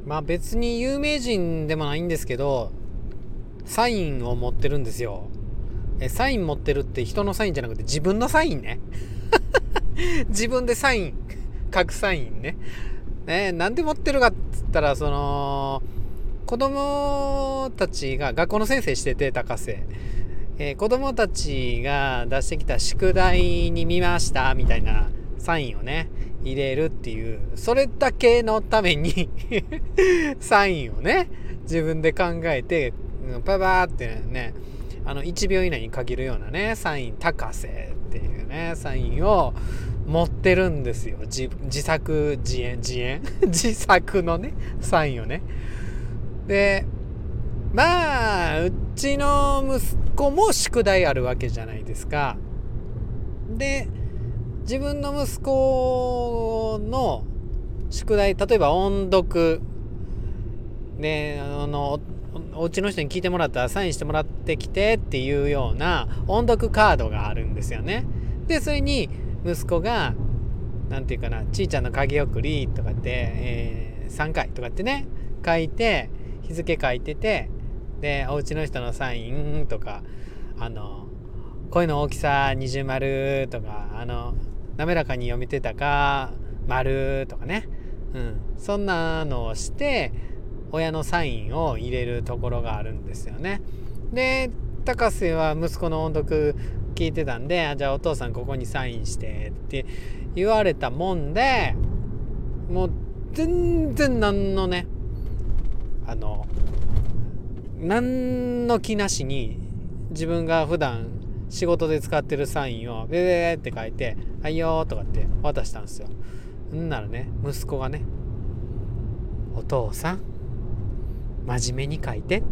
まあ別に有名人でもないんですけど、サインを持ってるんですよ。サイン持ってるって人のサインじゃなくて自分のサインね。自分でサイン書くサインね。なんで持ってるかっつったら、子供たちが学校の先生してて、高瀬、子供たちが出してきた宿題に見ましたみたいなサインをね入れるっていう、それだけのためにサインをね自分で考えてパパーってね、1秒以内に書けるようなねサイン、高瀬っていうねサインを持ってるんですよ。自作自演自作のねサインをね。でまあうちの息子も宿題あるわけじゃないですか。で自分の息子の宿題、例えば音読でお家の人に聞いてもらったらサインしてもらってきてっていうような音読カードがあるんですよね。でそれに息子がなんていうかな、ちいちゃんの影送りとかって、3回とかってね書いて、日付書いてて、でお家の人のサインとか、声の大きさ20丸とか、滑らかに読めてたか丸とかね、そんなのをして親のサインを入れるところがあるんですよね。で高瀬は息子の音読聞いてたんで、じゃあお父さんここにサインしてって言われたもんで、もう全然何のね何の気なしに自分が普段仕事で使ってるサインをベベベって書いて、はいよーとかって渡したんですよ。んならね、息子がね、お父さん真面目に書いて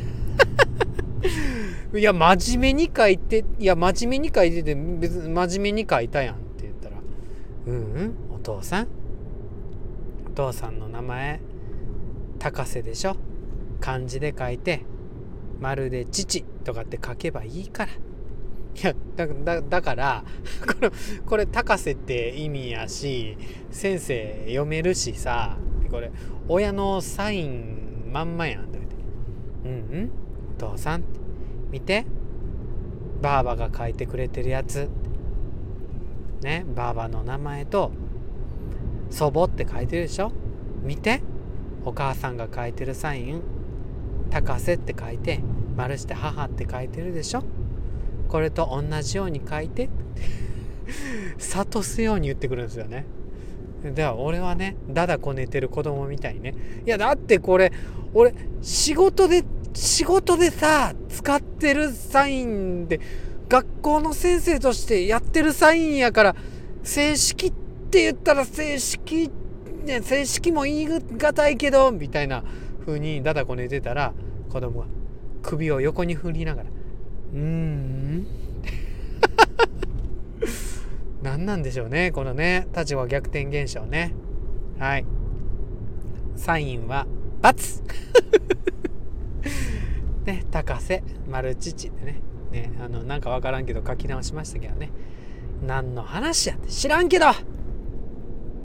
いや真面目に書いて、いや真面目に書いてて、別に真面目に書いたやんって言ったら、お父さんの名前高瀬でしょ、漢字で書いて丸で父とかって書けばいいから。いやだからこれ高瀬って意味やし、先生読めるしさ、これ親のサインまんまやんって言って、お父さん見て、ばあばが書いてくれてるやつね、ばあばの名前と祖母って書いてるでしょ、見て、お母さんが書いてるサイン高瀬って書いて丸して母って書いてるでしょ、これと同じように書いて諭すように言ってくるんですよね。では俺はね、だだこねてる子供みたいにね、いやだってこれ俺仕事でさ使ってるサインで、学校の先生としてやってるサインやから、正式って言ったら正式も言い難いけどみたいな風にだだこねてたら、子供が首を横に振りながら何なんでしょうね、このね立場逆転現象ね。はい、サインは×ね、高瀬丸父でね、なんかわからんけど書き直しましたけどね、何の話やって知らんけど